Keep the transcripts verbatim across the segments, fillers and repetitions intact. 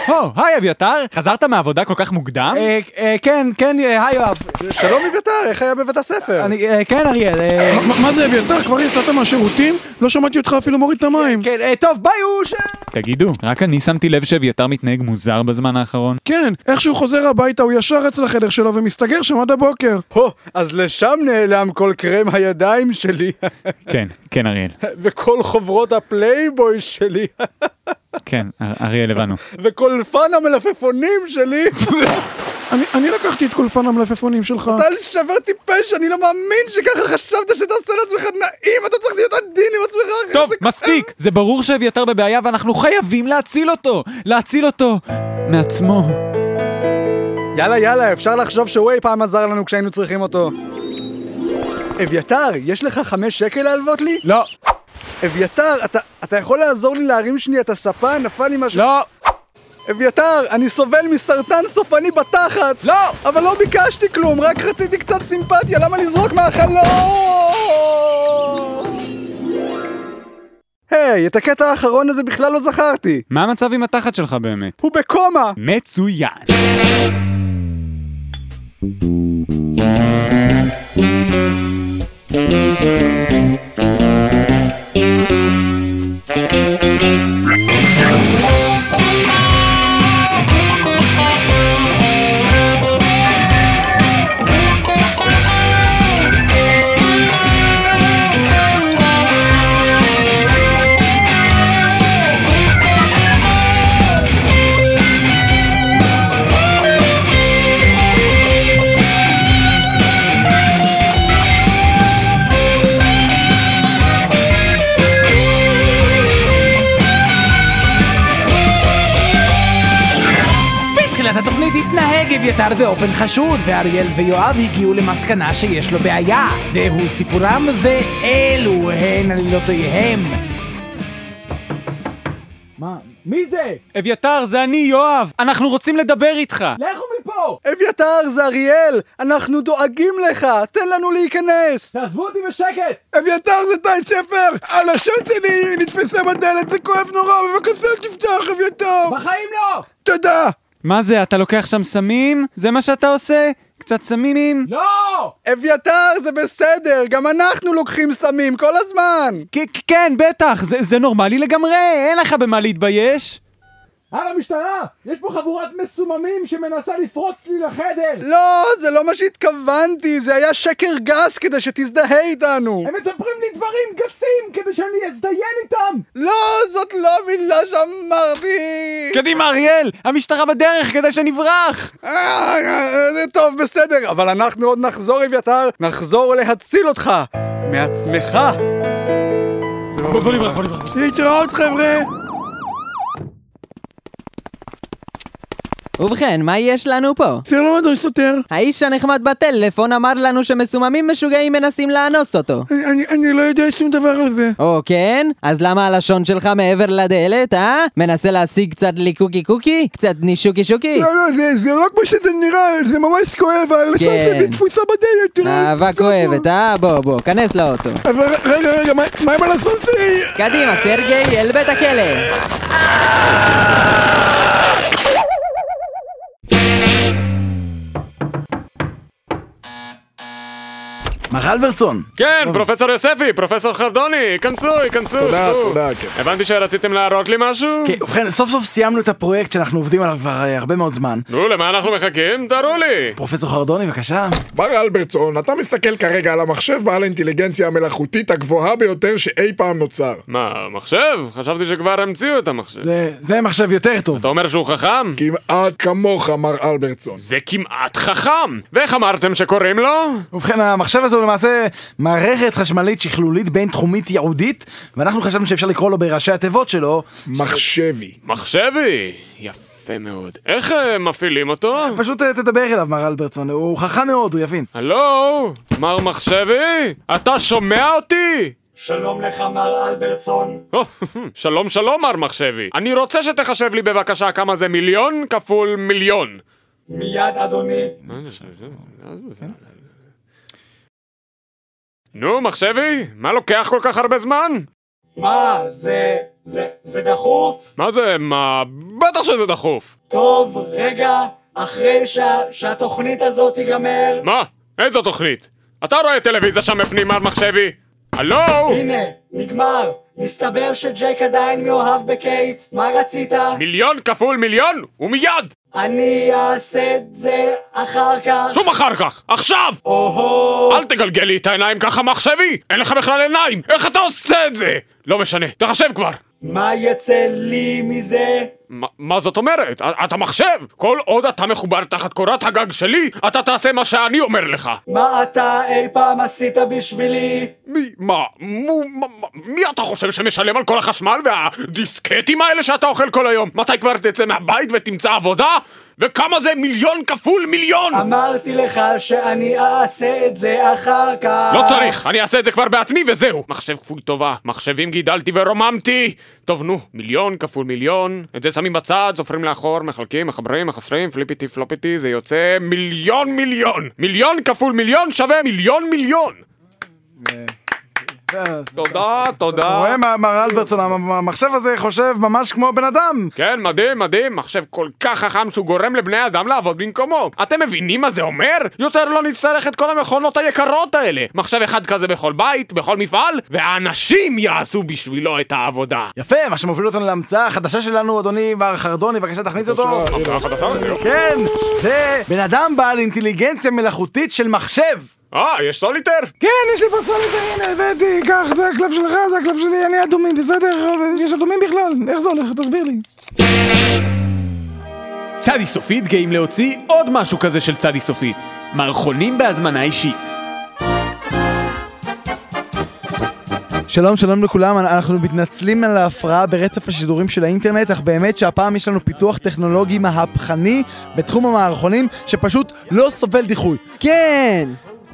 הו, היי אביתר, חזרת מהעבודה כל כך מוקדם? כן, כן, היי יואב. שלום אביתר, איך היה בבית הספר? כן אריאל. מה זה אביתר? כבר יצאת מהשירותים? לא שמעתי אותך אפילו מוריד את המים. כן, טוב, ביי אוש. תגידו, רק אני שמתי לב שאביתר מתנהג מוזר בזמן האחרון? כן, איך שהוא חוזר הביתה הוא ישר רץ לחדר שלו ומסתגר שם עד הבוקר. הו, אז לשם נעלם כל קרם הידיים שלי. כן, כן אריאל. וכל חוברות הפלייבוי שלי. כן, אריאל הבנו. וכל פן המלפפונים שלי. אני, אני לקחתי את קולפן המלפפונים שלך. אתה שבר טיפש, אני לא מאמין שככה חשבת שתעשה לעצמך נעים, אתה צריך להיות עדין עם עצמך. טוב, מספיק, זה ברור שאביתר בבעיה ואנחנו חייבים להציל אותו, להציל אותו מעצמו. יאללה יאללה, אפשר לחשוב שהוא אי פעם עזר לנו כשהיינו צריכים אותו. אביתר, יש לך חמש שקל להלוות לי? לא. אביתר, אתה, אתה יכול לעזור לי להרים שנייה את הספה? נפל לי משהו... לא. אביתר, אני סובל מסרטן סופני בתחת. לא. אבל לא ביקשתי כלום, רק רציתי קצת סימפתיה, למה לזרוק מהחלום? היי, את הקטע האחרון הזה בכלל לא זכרתי. מה המצב עם התחת שלך באמת? הוא בקומה. מצוין. התוכנית התנהג אביתר באופן חשוד, ואריאל ויואב הגיעו למסקנה שיש לו בעיה. זהו סיפורם ואלו הן עלילותיהם. מה? מי זה? אביתר, זה אני יואב, אנחנו רוצים לדבר איתך. לכו מפה! אביתר, זה אריאל, אנחנו דואגים לך, תן לנו להיכנס. תעזבו אותי בשקט! אביתר, זה טייס ספר! הלשון שלי נתפסה בדלת, זה כואב נורא, בבקשה תפתח אביתר! בחיים לא! תודה! מה זה, אתה לוקח שם סמים? זה מה שאתה עושה? קצת סמים? לא! אביתר, זה בסדר, גם אנחנו לוקחים סמים כל הזמן. כן, בטח, זה, זה נורמלי לגמרי, אין לך במה להתבייש. על המשטרה! יש פה חבורת מסוממים שמנסה לפרוץ לי לחדר! לא, זה לא מה שהתכוונתי, זה היה שקר גס כדי שתזדהה איתנו. הם מספרים לי דברים גסים כדי שאני אזדיין איתם! לא, זאת לא מילה שאמרתי. קדימה אריאל, המשטרה בדרך כדי שנברח. זה טוב, בסדר, אבל אנחנו עוד נחזור אביתר, נחזור להציל אותך מעצמך. בוא, בוא נברח, בוא נברח. להתראות חבר'ה! ובכן, מה יש לנו פה? זה לא מדוי סותר. האיש הנחמד בטלפון אמר לנו שמסוממים משוגעים מנסים לאנוס אותו. אני, אני, אני לא יודע שום דבר על זה. או כן? אז למה הלשון שלך מעבר לדלת, אה? מנסה להשיג קצת ליקוקי קוקי? קצת נישוקי שוקי? לא, לא, זה, זה לא כמו שזה נראה, זה ממש כואב, הלשון כן. שלי תפוסה בדלת, תראה. אהבה כואבת, אה? בוא, בוא, כנס לאוטו. אבל רגע, רגע, מה, מה עם הלשון שלי? קדימה, סרגי, אל בית הכלא. מר אלברטסון! כן, פרופסור יוספי, פרופסור חרדוני, כנסו, כנסו. תודה, תודה, כן. הבנתי שרציתם להראות לי משהו? כן, ובכן, סוף סוף סיימנו את הפרויקט שאנחנו עובדים עליו כבר אה, הרבה מאוד זמן. נו, למה אנחנו מחכים? תראו לי. פרופסור חרדוני, בבקשה. בר אלברטסון, אתה מסתכל כרגע על המחשב בעל האינטליגנציה המלאכותית הגבוהה ביותר שאי פעם נוצר. מה, מחשב? חשבתי שכבר המציאו את המחשב. זה, זה מחשב יותר טוב. אתה אומר שהוא חכם? כמעט כמוך, מר אלברטסון. זה כמעט חכם. ואיך אמרתם שקוראים לו? ובכן, המחשב הזה הוא למעשה מערכת חשמלית שכלולית בין תחומית ייעודית, ואנחנו חשבנו שאפשר לקרוא לו בראשי התיבות שלו מחשבי. מחשבי? יפה מאוד. איך uh, מפעילים אותו? פשוט uh, תדבר אליו, מר אלברטסון, הוא חכם מאוד, הוא יבין. הלו? מר מחשבי? אתה שומע אותי? שלום לך מר אלברטסון. שלום שלום מר מחשבי. אני רוצה שתחשב לי בבקשה כמה זה מיליון כפול מיליון. מיד אדוני. נו, מחשבי, מה לוקח כל כך הרבה זמן? מה, זה... זה... זה דחוף? מה זה? מה? בטח שזה דחוף. טוב, רגע, אחרי שה... שהתוכנית הזאת תיגמר... מה? איזו תוכנית? אתה רואה טלוויזיה שם בפנים מר מחשבי? הלו? הנה, נגמר. מסתבר שג'ייק עדיין מאוהב בקייט. מה רצית? מיליון כפול מיליון? ומיד! אני אעשה את זה אחר כך. שום אחר כך! עכשיו! או-הו! אל תגלגל לי את העיניים ככה מחשבי! אין לך בכלל עיניים! איך אתה עושה את זה? לא משנה, תחשב כבר! מה יצא לי מזה? מה, מה זאת אומרת? אתה מחשב! כל עוד אתה מחובר תחת קורת הגג שלי, אתה תעשה מה שאני אומר לך! מה אתה אי פעם עשית בשבילי? מי, מה, מו, מה, מי אתה חושב שמשלם על כל החשמל והדיסקטים האלה שאתה אוכל כל היום? מתי כבר תצא מהבית ותמצא עבודה? וכמה זה מיליון כפול מיליון? אמרתי לך שאני אעשה את זה אחר כך. לא צריך, אני אעשה את זה כבר בעצמי וזהו. מחשב כפול טובה, מחשבים גידלתי ורוממתי. טוב נו, מיליון כפול מיליון, את זה שמים בצד, סופרים לאחור, מחלקים, מחברים, מחסרים, פליפיטי פלופיטי, זה יוצא מיליון מיליון. מיליון כפול מיליון שווה מיליון מיליון. תודה, תודה. אתה רואה, מר אלברטסון, המחשב הזה חושב ממש כמו בן אדם. כן, מדהים, מדהים. מחשב כל כך חכם שהוא גורם לבני אדם לעבוד במקומו. אתם מבינים מה זה אומר? יותר לא נצטרך את כל המכונות היקרות האלה. מחשב אחד כזה בכל בית, בכל מפעל, והאנשים יעשו בשבילו את העבודה. יפה, מה שמוביל אותנו להמצאה החדשה שלנו, אדוני בר חרדוני, בבקשה תכניס אותו. כן, זה בן אדם בעל אינטליגנציה מלאכותית של מחשב. אה, יש סוליטר? כן, יש לי פה סוליטר, הנה, הבאתי, קח, זה הקלף שלך, זה הקלף שלי, אני אדומים, בסדר? יש אדומים בכלל, איך זה הולך? תסביר לי. צדי סופית גאים להוציא עוד משהו כזה של צדי סופית. מערכונים בהזמנה אישית. שלום שלום לכולם, אנחנו מתנצלים על ההפרעה ברצף השידורים של האינטרנט, אך באמת שהפעם יש לנו פיתוח טכנולוגי מהפכני בתחום המערכונים שפשוט לא סובל דיחוי. כן!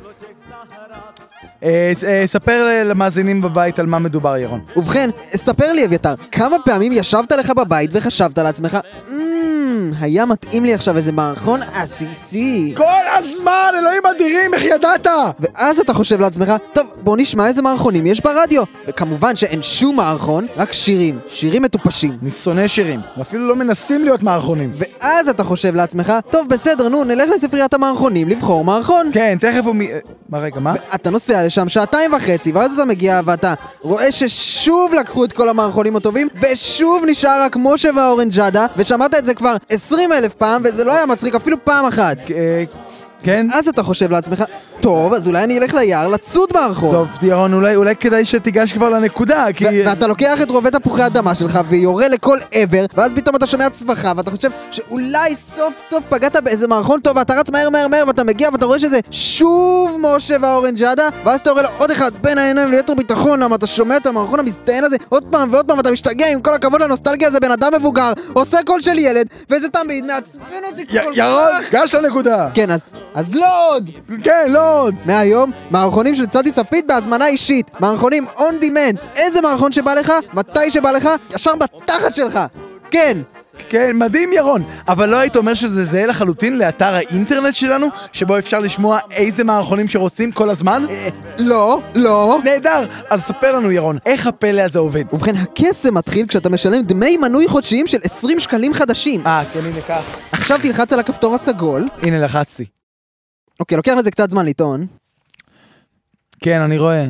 ספר למאזינים בבית על מה מדובר, ירון. ובכן, ספר לי אביתר, כמה פעמים ישבת לך בבית וחשבת לעצמך, היה מתאים לי עכשיו איזה מערכון עסיסי. כל הזמן, אלוהים אדירים, איך ידעת? ואז אתה חושב לעצמך, טוב, בוא נשמע איזה מערכונים יש ברדיו. וכמובן שאין שום מערכון, רק שירים, שירים מטופשים. אני שונא שירים, ואפילו לא מנסים להיות מערכונים. ואז אתה חושב לעצמך, טוב בסדר, נו, נלך לספריית המערכונים לבחור מערכון. כן, תכף הוא מ... מה רגע, מה? ואתה נוסע לשם שעתיים וחצי, ואז אתה מגיע ואתה רואה ששוב לקחו את כל המערכונים הטובים, ושוב נשאר רק משה והאורנג'אדה, ושמעת את זה כבר עשרים אלף פעם, וזה לא היה מצחיק אפילו פעם אחת. כן? אז אתה חושב לעצמך, טוב, אז אולי אני אלך ליער לצוד מערכון. טוב, ירון, אולי, אולי כדאי שתיגש כבר לנקודה, כי... ו- ואתה לוקח את רובה תפוחי אדמה שלך ויורה לכל עבר, ואז פתאום אתה שומע צווחה, ואתה חושב שאולי סוף סוף פגעת באיזה מערכון טוב, ואתה רץ מהר מהר מהר, ואתה מגיע ואתה רואה שזה שוב משה והאורנג'אדה, ואז אתה יורה לו עוד אחד בין העיניים ליתר ביטחון, למה אתה שומע את המערכון המזדיין הזה עוד פעם ועוד פעם, ואתה משתגע עם כל הכבוד לנוסטלגיה הזה, בן אדם מבוגר, עושה קול של ילד, וזה תמיד מעצבן אותי כל כך. ירון, גש לנקודה. כן, אז, אז לוד! כן, לוד! מהיום, מערכונים של צדי סופית בהזמנה אישית. מערכונים on demand. איזה מערכון שבא לך, מתי שבא לך, ישר בתחת שלך. כן. כן, מדהים ירון. אבל לא היית אומר שזה זהה לחלוטין לאתר האינטרנט שלנו, שבו אפשר לשמוע איזה מערכונים שרוצים כל הזמן? אה, לא, לא. נהדר. אז ספר לנו ירון, איך הפלא הזה עובד? ובכן, הקסם מתחיל כשאתה משלם דמי מנוי חודשיים של עשרים שקלים חדשים. אה, כן, הנה כך. עכשיו תלחץ על הכפתור הסגול. הנה, לחצתי. אוקיי, לוקח לזה קצת זמן לטעון. כן, אני רואה.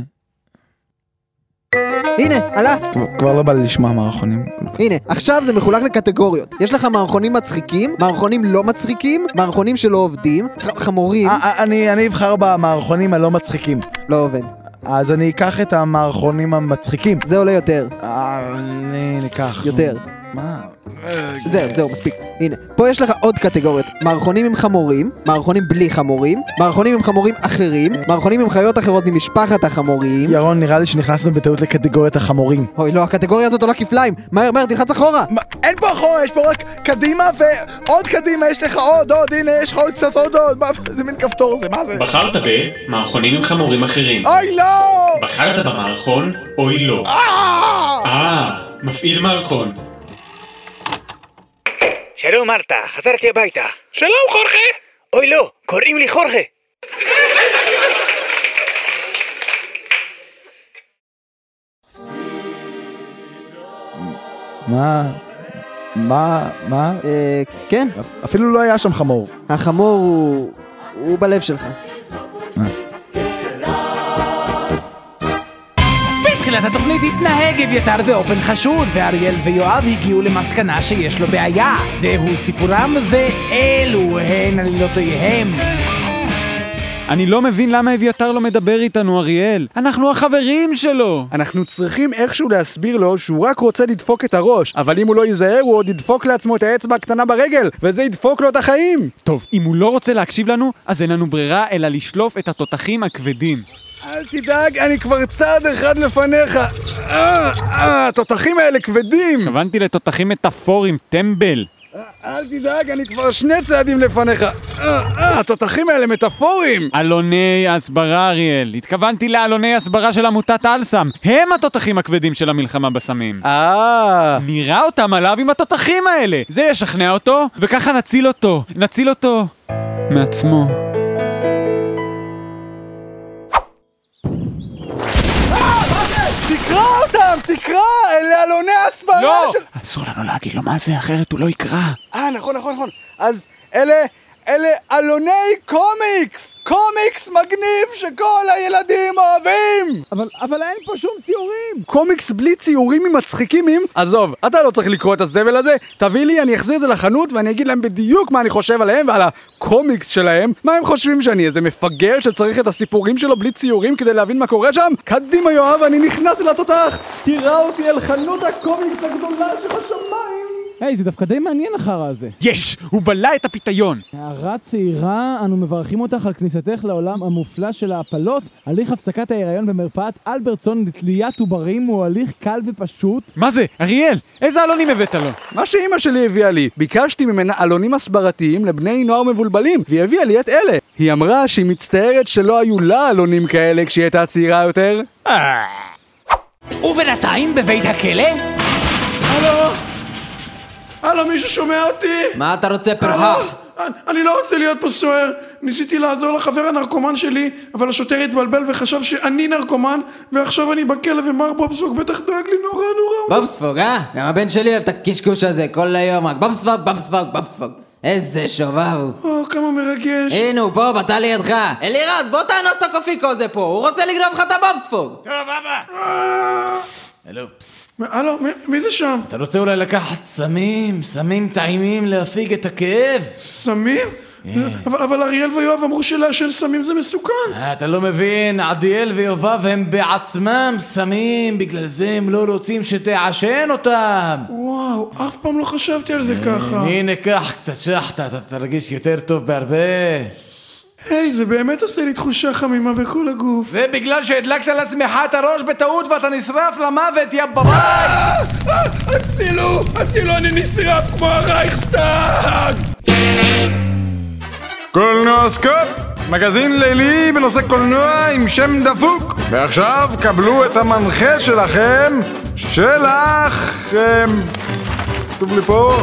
הנה, עלה. כבר, כבר לא בא לי לשמוע מערכונים. הנה, עכשיו זה מחולק לקטגוריות. יש לך מערכונים מצחיקים, מערכונים לא מצחיקים, מערכונים שלא עובדים, ח- חמורים. 아, אני, אני אבחר במערכונים הלא מצחיקים. לא עובד. אז אני אקח את המערכונים המצחיקים. זה עולה יותר. אה, אני ניקח. יותר. מה? זהו, זהו, מספיק. הנה, פה יש לך עוד קטגוריות. מערכונים עם חמורים, מערכונים בלי חמורים, מערכונים עם חמורים אחרים, מערכונים עם חיות אחרות ממשפחת החמורים. ירון, נראה לי שנכנסנו בטעות לקטגוריית החמורים. אוי, לא, הקטגוריה הזאת עולה כפליים. מהר, מהר, תלחץ אחורה. מה? אין פה אחורה, יש פה רק קדימה ועוד קדימה, יש לך עוד, עוד, הנה, יש לך עוד קצת עוד, עוד. מה, זה מין כפתור זה, מה זה? בחרת במערכונים עם חמורים אחרים. אוי, לא! בחרת במערכון, אוי לא. אה, מפעיל מערכון. שלום מרתה, חזרתי הביתה. שלום חורכה. אוי לא, קוראים לי חורכה. מה? מה? מה? אה, כן. אפילו לא היה שם חמור. החמור הוא... הוא בלב שלך. בתחילת התוכנית התנהג אביתר באופן חשוד, ואריאל ויואב הגיעו למסקנה שיש לו בעיה. זהו סיפורם ואלו הן עלילותיהם. אני לא מבין למה אביתר לא מדבר איתנו, אריאל. אנחנו החברים שלו. אנחנו צריכים איכשהו להסביר לו שהוא רק רוצה לדפוק את הראש, אבל אם הוא לא ייזהר הוא עוד ידפוק לעצמו את האצבע הקטנה ברגל, וזה ידפוק לו את החיים. טוב, אם הוא לא רוצה להקשיב לנו, אז אין לנו ברירה אלא לשלוף את התותחים הכבדים. אל תדאג, אני כבר צעד אחד לפניך. אה, אה, התותחים האלה כבדים. התכוונתי לתותחים מטאפוריים, טמבל. אל תדאג, אני כבר שני צעדים לפניך. אה, אה, התותחים האלה מטאפוריים. אלוני הסברה, אריאל. התכוונתי לאלוני הסברה של עמותת אלסם. הם התותחים הכבדים של המלחמה בסמים. אה. נראה אותם עליו עם התותחים האלה. זה ישכנע אותו, וככה נציל אותו. נציל אותו מעצמו. תקרא אותם, תקרא, אלה אלוני הסברה לא! של... אסור לנו להגיד לו מה זה, אחרת הוא לא יקרא. אה, נכון, נכון, נכון. אז אלה, אלה אלוני קומיקס! קומיקס מגניב שכל הילדים אוהבים! אבל, אבל אין פה שום ציורים! קומיקס בלי ציורים מצחיקים עם... עזוב, אתה לא צריך לקרוא את הזבל הזה, תביא לי, אני אחזיר את זה לחנות ואני אגיד להם בדיוק מה אני חושב עליהם ועל הקומיקס שלהם. מה הם חושבים שאני איזה מפגר שצריך את הסיפורים שלו בלי ציורים כדי להבין מה קורה שם? קדימה יואב, אני נכנס אל התותח! תיראה אותי אל חנות הקומיקס הגדולה שבשמיים! היי, זה דווקא די מעניין החרא הזה. יש! הוא בלע את הפיתיון! הערה צעירה, אנו מברכים אותך על כניסתך לעולם המופלא של ההפלות. הליך הפסקת ההיריון במרפאת אלברטסון לתליית עוברים הוא הליך קל ופשוט. מה זה? אריאל, איזה אלונים הבאת לו? מה שאמא שלי הביאה לי. ביקשתי ממנה אלונים הסברתיים לבני נוער מבולבלים, והיא הביאה לי את אלה. היא אמרה שהיא מצטערת שלא היו לה אלונים כאלה כשהיא הייתה צעירה יותר. ובינתיים בבית הכלא? הלו? הלו, מישהו שומע אותי? מה אתה רוצה פרחה? אני לא רוצה להיות פה סוער. ניסיתי לעזור לחבר הנרקומן שלי, אבל השוטר התבלבל וחשב שאני נרקומן, ועכשיו אני בכלא ומר בובספוג בטח דואג לי נורא נורא. בובספוג, אה? גם הבן שלי אוהב את הקשקוש הזה כל היום, רק בובספוג, בובספוג, בובספוג. איזה שובב הוא. או, כמה מרגש. הנה הוא פה, בטא לידך. אלירז, בוא תאנוס את הקופיקו הזה פה, הוא רוצה לגנוב לך את הבובספוג. טוב, אבא. הלו, פסט. הלו, מי זה שם? אתה רוצה אולי לקחת סמים, סמים טעימים להפיג את הכאב? סמים? אבל, אבל אריאל ויואב אמרו שלעשן סמים זה מסוכן. אתה לא מבין, עדיאל ויואב הם בעצמם סמים, בגלל זה הם לא רוצים שתעשן אותם. וואו, אף פעם לא חשבתי על זה ככה. הנה, קח קצת שחטה, אתה תרגיש יותר טוב בהרבה. היי, זה באמת עושה לי תחושה חמימה בכל הגוף. זה בגלל שהדלקת לעצמך את הראש בטעות ואתה נשרף למוות, יא בבית! הצילו, הצילו, אני נשרף כמו הרייכסטאג! קולנועסקופ, מגזין לילי בנושא קולנוע עם שם דפוק. ועכשיו קבלו את המנחה שלכם, שלח... כתוב לי פה...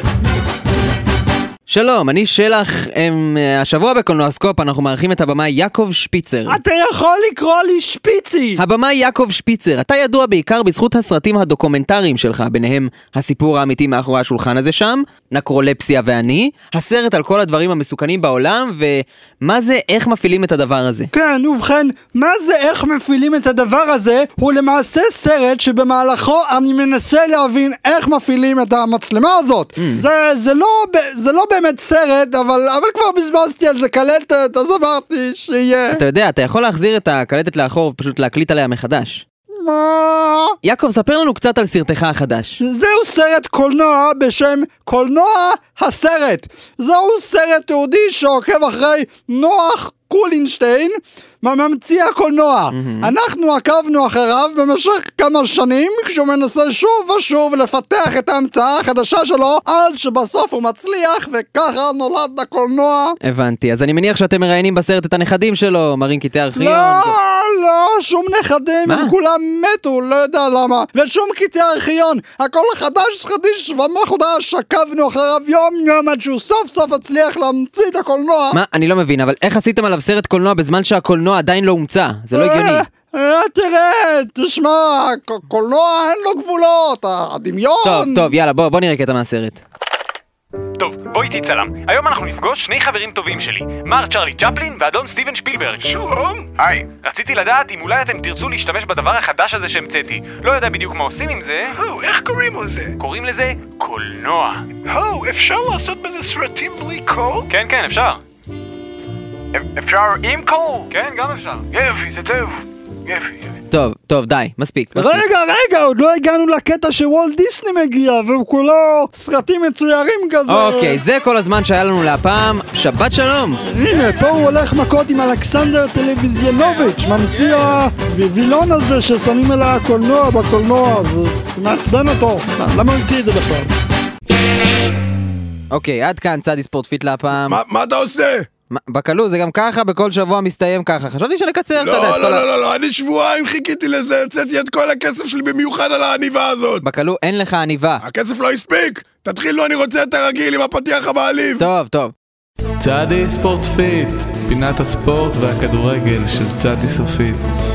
שלום, אני שלח, הם, השבוע בקולנועסקופ אנחנו מארחים את הבמאי יעקב שפיצר. אתה יכול לקרוא לי שפיצי! הבמאי יעקב שפיצר, אתה ידוע בעיקר בזכות הסרטים הדוקומנטריים שלך, ביניהם הסיפור האמיתי מאחורי השולחן הזה שם, נקרולפסיה ואני, הסרט על כל הדברים המסוכנים בעולם, ומה זה, איך מפעילים את הדבר הזה. כן, ובכן, מה זה איך מפעילים את הדבר הזה, הוא למעשה סרט שבמהלכו אני מנסה להבין איך מפעילים את המצלמה הזאת. Mm. זה, זה לא, זה לא באמת סרט, אבל, אבל כבר בזבזתי על זה קלטת, אז אמרתי שיהיה. אתה יודע, אתה יכול להחזיר את הקלטת לאחור ופשוט להקליט עליה מחדש. מה? יעקב, ספר לנו קצת על סרטך החדש. זהו סרט קולנוע בשם קולנוע הסרט. זהו סרט תיעודי שעוקב אחרי נוח קולינשטיין, ממציא הקולנוע. Mm-hmm. אנחנו עקבנו אחריו במשך כמה שנים, כשהוא מנסה שוב ושוב לפתח את ההמצאה החדשה שלו, עד שבסוף הוא מצליח, וככה נולד הקולנוע. הבנתי, אז אני מניח שאתם מראיינים בסרט את הנכדים שלו, מראים קטעי ארכיון. לא, לא, שום נכדים, הם כולם מתו, לא יודע למה. ושום קטעי ארכיון, הכל חדש חדיש ומחודש, עקבנו אחריו יום יום עד שהוא סוף סוף הצליח להמציא את הקולנוע. מה? אני לא מבין, אבל איך עשיתם עליו סרט קולנוע בזמן שהקולנוע עדיין לא הומצא? זה לא הגיוני. אה, תראה, תשמע, קולנוע אין לו גבולות, הדמיון... טוב, טוב, יאללה, בוא, בוא נראה קטע מהסרט. טוב, בוא איתי צלם. היום אנחנו נפגוש שני חברים טובים שלי, מר צ'רלי צ'פלין ואדון סטיבן שפילברג. שלום! היי, רציתי לדעת אם אולי אתם תרצו להשתמש בדבר החדש הזה שהמצאתי. לא יודע בדיוק מה עושים עם זה. הו, איך קוראים לזה? קוראים לזה קולנוע. הו, אפשר לעשות בזה סרטים בלי קול? כן, כן, אפשר. אפשר עם קול? כן, גם אפשר. יפי, זה טוב. יפי, יפי. טוב, טוב, די, מספיק, מספיק. רגע, רגע, עוד לא הגענו לקטע שוולט דיסני מגיע, והוא כולו סרטים מצוירים כזה. אוקיי, זה כל הזמן שהיה לנו להפעם. שבת שלום. הנה, פה הוא הולך מכות עם אלכסנדר טלוויזיונוביץ', ממציא הווילון הזה ששמים אל הקולנוע בקולנוע, זה מעצבן אותו. למה הוא המציא את זה בכלל? אוקיי, עד כאן צדי ספורט פיט להפעם. מה אתה עושה? בקלו, זה גם ככה, בכל שבוע מסתיים ככה. חשבתי שנקצר, אתה יודע. לא, לא, לא, לא, אני שבועיים חיכיתי לזה, הוצאתי את כל הכסף שלי במיוחד על העניבה הזאת. בקלו, אין לך עניבה. הכסף לא הספיק, תתחילו, אני רוצה את הרגיל עם הפתיח המעליב. טוב, טוב. צדי ספורט פיט, פינת הספורט והכדורגל של צדי סופית.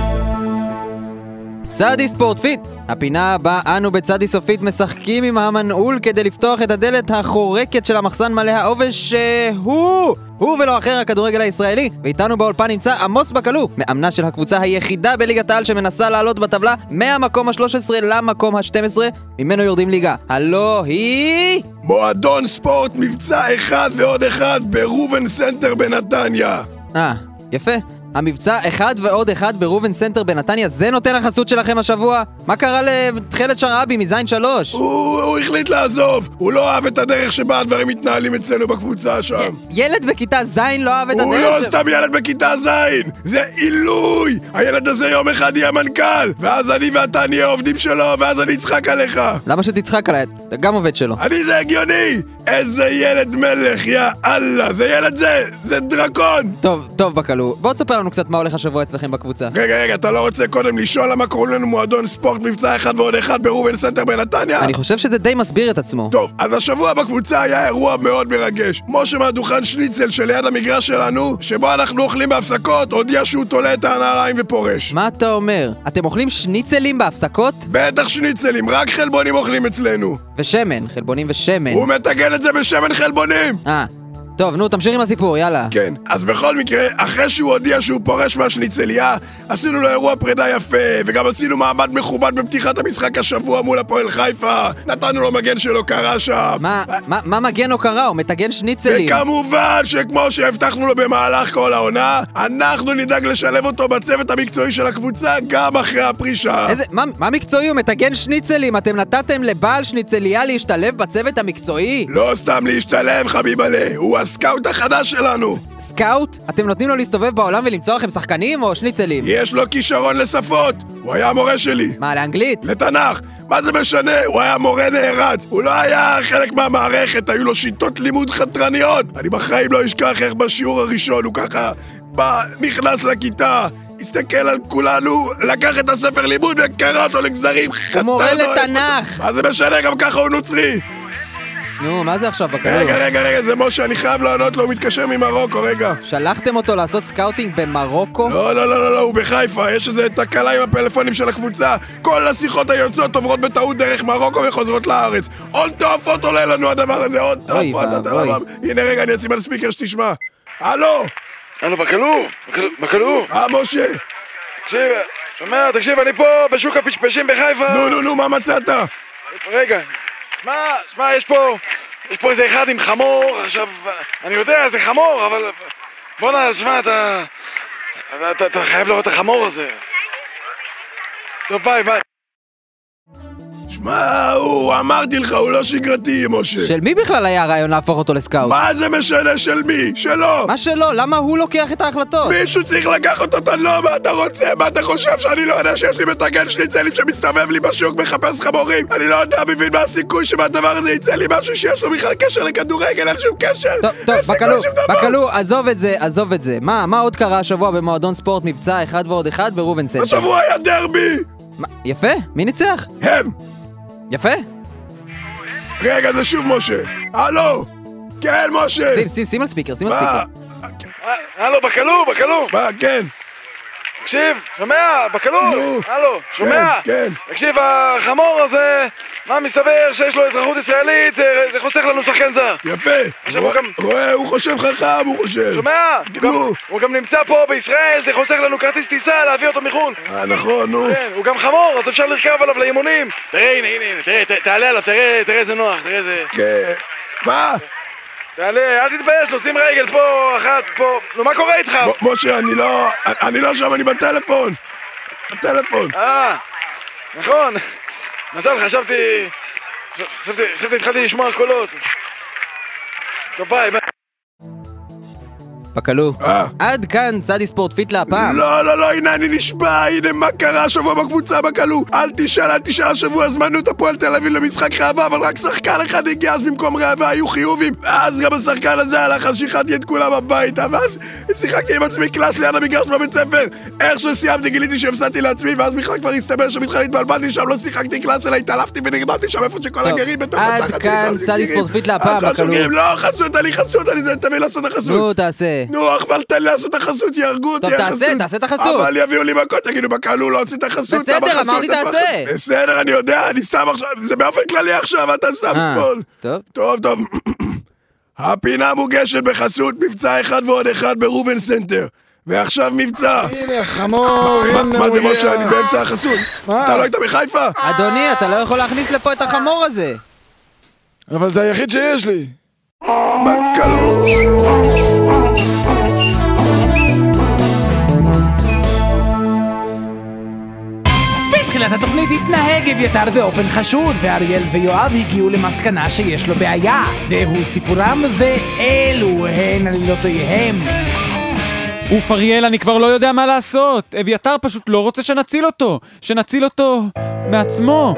צדי ספורט פיט, הפינה בה אנו בצדי סופית משחקים עם המנעול כדי לפתוח את הדלת החורקת של המחסן מלא העובש שהוא, הוא ולא אחר הכדורגל הישראלי. ואיתנו באולפן נמצא עמוס בקלו, מאמנה של הקבוצה היחידה בליגת העל שמנסה לעלות בטבלה מהמקום ה-שלוש עשרה למקום ה-שתים עשרה, ממנו יורדים ליגה. הלו היא... מועדון ספורט מבצע אחד ועוד אחד בראובן סנטר בנתניה. אה, יפה. המבצע אחד ועוד אחד בראובן סנטר בנתניה, זה נותן החסות שלכם השבוע? מה קרה לתחילת שרעבי מזין שלוש? הוא, הוא החליט לעזוב, הוא לא אהב את הדרך שבה הדברים מתנהלים אצלנו בקבוצה שם. י- ילד בכיתה זין לא אהב את הדרך? הוא לא ש... סתם ילד בכיתה זין, זה עילוי! הילד הזה יום אחד יהיה מנכ"ל, ואז אני ואתה נהיה עובדים שלו, ואז אני אצחק עליך. למה שתצחק עליי? אתה גם עובד שלו. אני זה הגיוני! איזה ילד מלך, יא אללה, זה ילד זה, זה דרקון! טוב, טוב בקלו, בוא תספר לנו קצת מה הולך השבוע אצלכם בקבוצה. רגע, רגע, אתה לא רוצה קודם לשאול למה קוראים לנו מועדון ספורט מבצע אחד ועוד אחד בראובן סנטר בנתניה? אני חושב שזה די מסביר את עצמו. טוב, אז השבוע בקבוצה היה אירוע מאוד מרגש. משה מהדוכן שניצל שליד המגרש שלנו, שבו אנחנו אוכלים בהפסקות, הודיע שהוא תולה את הנעליים ופורש. מה אתה אומר? אתם אוכלים שניצלים בהפסקות? בטח שניצלים, רק חלבונים אוכלים אצלנו. ושמן, חלבונים ושמן. הוא מתגן את זה בשמן חלבונים. אה. טוב, נו, תמשיך עם הסיפור, יאללה. כן, אז בכל מקרה, אחרי שהוא הודיע שהוא פורש מהשניצליה, עשינו לו אירוע פרידה יפה, וגם עשינו מעמד מכובד בפתיחת המשחק השבוע מול הפועל חיפה. נתנו לו מגן שלא קרה שם. מה, מה, מה מגן או קרה? הוא מתגן שניצלים. וכמובן שכמו שהבטחנו לו במהלך כל העונה, אנחנו נדאג לשלב אותו בצוות המקצועי של הקבוצה גם אחרי הפרישה. איזה, מה, מה מקצועי? הוא מתגן שניצלים. אתם נתתם לבעל שניצליה להשתלב בצוות המקצועי? לא סתם להשתלב, חביבלה, הוא הסקאוט החדש שלנו. סקאוט? אתם נותנים לו להסתובב בעולם ולמצוא לכם שחקנים או שניצלים? יש לו כישרון לשפות, הוא היה המורה שלי. מה, לאנגלית? לתנ"ך. מה זה משנה? הוא היה מורה נערץ. הוא לא היה חלק מהמערכת, היו לו שיטות לימוד חתרניות. אני בחיים לא אשכח איך בשיעור הראשון הוא ככה בא, נכנס לכיתה, הסתכל על כולנו, לקח את הספר לימוד וקרא אותו לגזרים. הוא מורה לתנ"ך. מה זה משנה? גם ככה הוא נוצרי. נו, מה זה עכשיו בקלו? רגע, רגע, רגע, זה משה, אני חייב לענות לו, הוא מתקשר ממרוקו, רגע. שלחתם אותו לעשות סקאוטינג במרוקו? לא, לא, לא, לא, לא, הוא בחיפה, יש איזה תקלה עם הפלאפונים של הקבוצה. כל השיחות היוצאות עוברות בטעות דרך מרוקו וחוזרות לארץ. עוד תועפות עולה לנו הדבר הזה, עוד תועפות, אתה לא יודע. הנה רגע, אני אשים על ספיקר שתשמע. הלו? הלו, בקלו? בקלו? אה, משה? תקשיב, שומע, תקשיב, אני פה בשוק הפשפשים בחיפה. נו, נו, נו, מה מצאת? רגע. שמע, שמע, יש פה, יש פה איזה אחד עם חמור, עכשיו, אני יודע, זה חמור, אבל... בוא'נה, שמע, אתה... אתה, אתה, אתה חייב לראות את החמור הזה. טוב, ביי, ביי. שמע, הוא, אמרתי לך, הוא לא שגרתי, משה. של מי בכלל היה הרעיון להפוך אותו לסקאוט? מה זה משנה של מי? שלו. מה שלו? למה הוא לוקח את ההחלטות? מישהו צריך לקחת אותה, לא, מה אתה רוצה? מה אתה חושב שאני לא יודע שיש לי מתגן שניצלים שמסתובב לי בשוק מחפש חמורים? אני לא יודע, מבין מה הסיכוי שמהדבר הזה יצא לי משהו שיש לו בכלל קשר לכדורגל, אין שום קשר. טוב, טוב, בקלו, בקלו, עזוב את זה, עזוב את זה. מה, מה עוד קרה השבוע במועדון ספורט מבצע אחד ועוד אחד בראובן סנטר? השבוע היה דרבי! יפה, מי ניצח? הם! יפה? רגע, זה שוב משה. הלו! כן, משה! שים, שים, שים על ספיקר, שים על ספיקר. הלו, בקלו, בקלו! מה, כן? תקשיב, שומע? בקלול? נו. הלו, שומע? כן, כן. תקשיב, החמור הזה, מה מסתבר שיש לו אזרחות ישראלית, זה, זה חוסך לנו שחקן זר. יפה. עכשיו הוא גם... רואה, הוא חושב חכם, הוא חושב. שומע? נו. הוא, הוא גם נמצא פה בישראל, זה חוסך לנו כרטיס טיסה להביא אותו מחו"ל. אה, נכון, נו. כן, הוא גם חמור, אז אפשר לרכב עליו לאימונים. תראה, הנה, הנה, הנה, תראה, ת, תעלה עליו, תראה, תראה איזה נוח, תראה איזה... כן. מה? תעלה, אל תתבייש, נוסעים רגל פה, אחת, פה. נו, מה קורה איתך? משה, אני לא... אני לא שם, אני בטלפון. בטלפון. אה, נכון. מזל, חשבתי... חשבתי, חשבתי, התחלתי לשמוע קולות. טוב, ביי, ביי. בקלו. עד כאן צדי ספורט פיט להפעם. לא, לא, לא, הנה אני נשבע, הנה מה קרה השבוע בקבוצה בקלו. אל תשאל, אל תשאל, השבוע הזמנו את הפועל תל אביב למשחק ראווה, אבל רק שחקן אחד הגיע, אז במקום ראווה היו חיובים. אז גם השחקן הזה הלך, אז שיחדתי את כולם הביתה, ואז שיחקתי עם עצמי קלאס ליד המגרש בבית ספר. איך שסיימתי גיליתי שהפסדתי לעצמי, ואז בכלל כבר הסתבר שבכלל התבלבלתי שם, לא שיחקתי קלאס, אלא התעלפתי ונרדמתי שם איפה שכל הגרים בתוך התחת. עד כאן צדי ספורט פיט להפעם, בקלו. לא, חסות, אני חסות, אני זה, תביא לעשות החסות. נו, תעשה. נו, אבל תן לי לעשות החסות, יהרגו אותי. טוב, תעשה, תעשה את החסות. אבל יביאו לי מכות, תגידו, בקלו, לא עשית החסות. בסדר, אמרתי תעשה. בסדר, אני יודע, אני סתם עכשיו, זה באופן כללי עכשיו, אתה סתם פול. טוב. טוב, טוב. הפינה מוגשת בחסות מבצע אחד ועוד אחד ברובן סנטר. ועכשיו מבצע. הנה, חמור, הנה הוא... מה זה משה, אני באמצע החסות. אתה לא היית בחיפה? אדוני, אתה לא יכול להכניס לפה את החמור הזה. אבל זה היחיד שיש לי. בקלו. בתחילת התוכנית התנהג אביתר באופן חשוד, ואריאל ויואב הגיעו למסקנה שיש לו בעיה. זהו סיפורם ואלו הן עלילותיהם. אוף אריאל, אני כבר לא יודע מה לעשות. אביתר פשוט לא רוצה שנציל אותו. שנציל אותו מעצמו.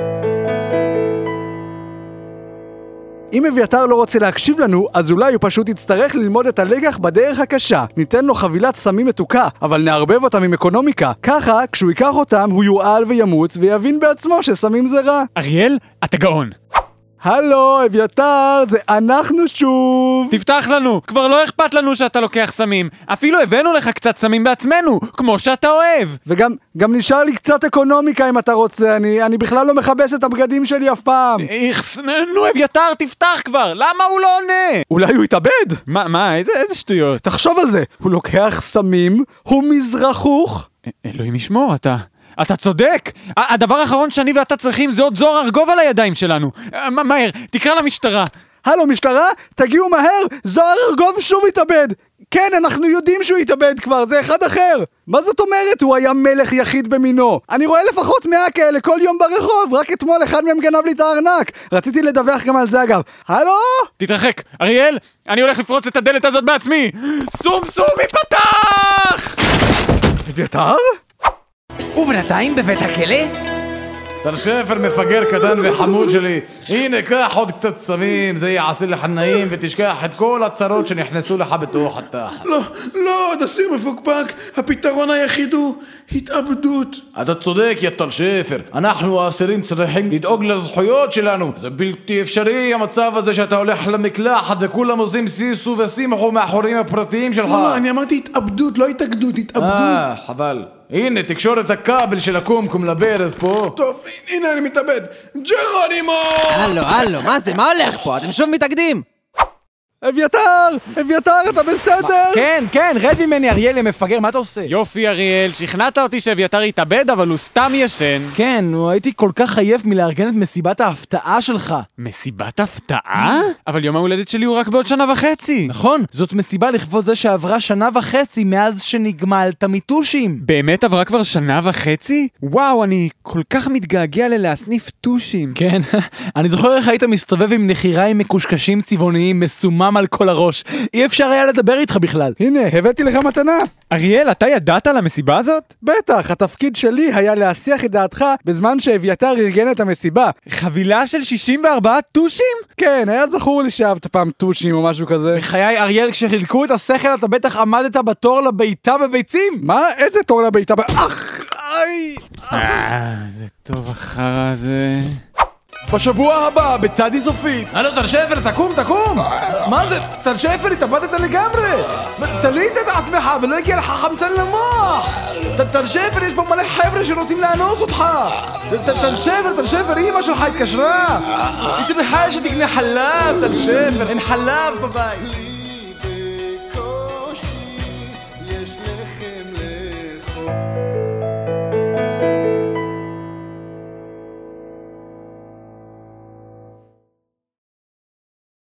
אם אביתר לא רוצה להקשיב לנו, אז אולי הוא פשוט יצטרך ללמוד את הלקח בדרך הקשה. ניתן לו חבילת סמים מתוקה, אבל נערבב אותם עם אקונומיקה. ככה, כשהוא ייקח אותם, הוא יועל וימות ויבין בעצמו שסמים זה רע. אריאל, אתה גאון. הלו, אביתר, זה אנחנו שוב. תפתח לנו, כבר לא אכפת לנו שאתה לוקח סמים. אפילו הבאנו לך קצת סמים בעצמנו, כמו שאתה אוהב. וגם גם נשאר לי קצת אקונומיקה אם אתה רוצה. אני, אני בכלל לא מחבס את הבגדים שלי אף פעם. איכס, נו אביתר, תפתח כבר. למה הוא לא עונה? אולי הוא יתאבד? מה, מה, איזה, איזה שטויות? תחשוב על זה. הוא לוקח סמים, הוא מזרחוך. אלוהים ישמור, אתה... אתה צודק! הדבר האחרון שאני ואתה צריכים זה עוד זוהר ארגוב על הידיים שלנו. מהר, תקרא למשטרה. הלו, משטרה? תגיעו מהר! זוהר ארגוב שוב התאבד! כן, אנחנו יודעים שהוא התאבד כבר, זה אחד אחר! מה זאת אומרת? הוא היה מלך יחיד במינו. אני רואה לפחות מאה כאלה כל יום ברחוב, רק אתמול אחד מהם גנב לי את הארנק. רציתי לדווח גם על זה אגב. הלו? תתרחק, אריאל, אני הולך לפרוץ את הדלת הזאת בעצמי! סום סום יפתח! אביתר? ובינתיים בבית הכלא? טל שפר מפגר קטן וחמוד שלי, הנה קח עוד קצת סמים, זה יעשה לך נעים ותשכח את כל הצרות שנכנסו לך בתוך התחת. לא, לא, עוד אסיר מפוקפק, הפתרון היחיד הוא התאבדות. אתה צודק יא טל שפר, אנחנו האסירים צריכים לדאוג לזכויות שלנו. זה בלתי אפשרי המצב הזה שאתה הולך למקלחת וכולם עושים סיסו ושימחו מאחורים הפרטיים שלך. לא, אני אמרתי התאבדות, לא התאגדות, התאבדות. אה, חבל. הנה, תקשור את הכבל של הקומקום לברז פה. טוב, הנה אני מתאבד. ג'רונימו! הלו, הלו, מה זה? מה הולך פה? אתם שוב מתאגדים? אביתר! אביתר, אתה בסדר? כן, כן, רד ממני אריאל המפגר, מה אתה עושה? יופי אריאל, שכנעת אותי שאביתר יתאבד, אבל הוא סתם ישן. כן, הייתי כל כך עייף מלארגן את מסיבת ההפתעה שלך. מסיבת הפתעה? אבל יום ההולדת שלי הוא רק בעוד שנה וחצי. נכון, זאת מסיבה לכבוד זה שעברה שנה וחצי מאז שנגמלת מטושים. באמת עברה כבר שנה וחצי? וואו, אני כל כך מתגעגע ללהסניף טושים. כן, אני זוכר איך היית מסתובב עם נחיריים מקושקשים צבעוניים מסומם על כל הראש. אי אפשר היה לדבר איתך בכלל. הנה, הבאתי לך מתנה. אריאל, אתה ידעת על המסיבה הזאת? בטח, התפקיד שלי היה להסיח את דעתך בזמן שאביתר ארגן את המסיבה. חבילה של שישים וארבעה טושים? כן, היה זכור לי שאהבת פעם טושים או משהו כזה. בחיי אריאל, כשחילקו את השכל אתה בטח עמדת בתור לביתה בביצים. מה? איזה תור לביתה? אך! איי! אה, זה טוב החרא הזה. בשבוע הבא בצדי סופית. הלו, טל שפר, תקום, תקום! מה זה? טל שפר, התאבדת לגמרי! תליט את עצמך ולא הגיע לך חמצן למוח! טל שפר, יש פה מלא חבר'ה שרוצים לאנוס אותך! טל שפר, טל שפר, אמא שלך התקשרה! היא צריכה שתקנה חלב, טל שפר, אין חלב בבית!